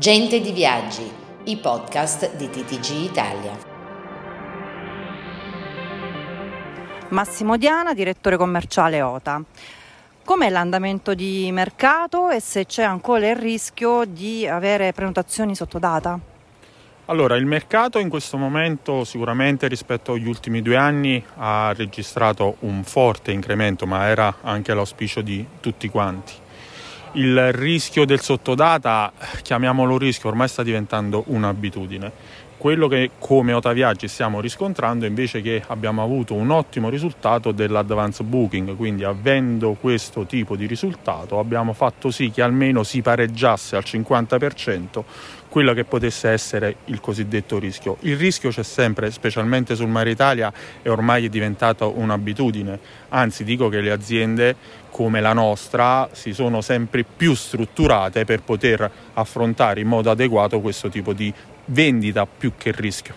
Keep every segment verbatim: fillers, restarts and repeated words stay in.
Gente di Viaggi, i podcast di T T G Italia. Massimo Diana, direttore commerciale O T A. Com'è l'andamento di mercato e se c'è ancora il rischio di avere prenotazioni sotto data? Allora, il mercato in questo momento sicuramente rispetto agli ultimi due anni ha registrato un forte incremento, ma era anche l'auspicio di tutti quanti. Il rischio del sottodata, chiamiamolo rischio, ormai sta diventando un'abitudine. Quello che come O T A Viaggi stiamo riscontrando invece è che abbiamo avuto un ottimo risultato dell'advance booking, quindi avendo questo tipo di risultato abbiamo fatto sì che almeno si pareggiasse al cinquanta per cento quello che potesse essere il cosiddetto rischio. Il rischio c'è sempre, specialmente sul Mare Italia, e ormai è diventato un'abitudine. Anzi, dico che le aziende come la nostra si sono sempre più strutturate per poter affrontare in modo adeguato questo tipo di vendita più che rischio.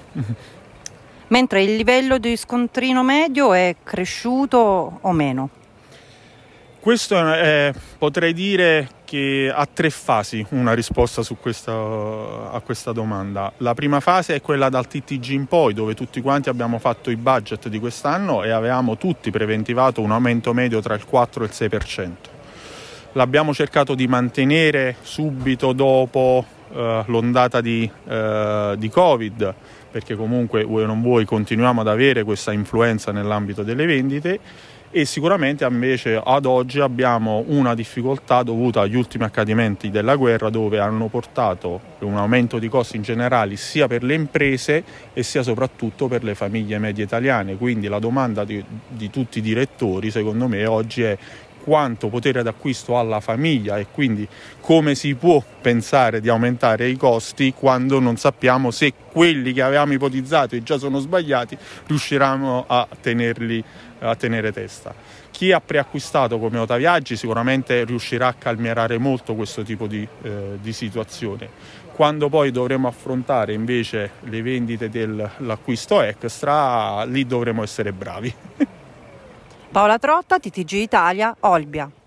Mentre il livello di scontrino medio è cresciuto o meno? Questo è, potrei dire che ha tre fasi una risposta su questa, a questa domanda. La prima fase è quella dal T T G in poi, dove tutti quanti abbiamo fatto i budget di quest'anno e avevamo tutti preventivato un aumento medio tra il quattro e il sei per cento. L'abbiamo cercato di mantenere subito dopo eh, l'ondata di, eh, di Covid, perché comunque vuoi o non vuoi continuiamo ad avere questa influenza nell'ambito delle vendite. E sicuramente invece ad oggi abbiamo una difficoltà dovuta agli ultimi accadimenti della guerra, dove hanno portato un aumento di costi in generale sia per le imprese e sia soprattutto per le famiglie medie italiane. Quindi la domanda di, di tutti i direttori secondo me oggi è quanto potere d'acquisto ha la famiglia e quindi come si può pensare di aumentare i costi quando non sappiamo se quelli che avevamo ipotizzato e già sono sbagliati riusciranno a tenerli a tenere testa. Chi ha preacquistato come O T A Viaggi sicuramente riuscirà a calmierare molto questo tipo di, eh, di situazione. Quando poi dovremo affrontare invece le vendite dell'acquisto extra, lì dovremo essere bravi. Paola Trotta, T T G Italia, Olbia.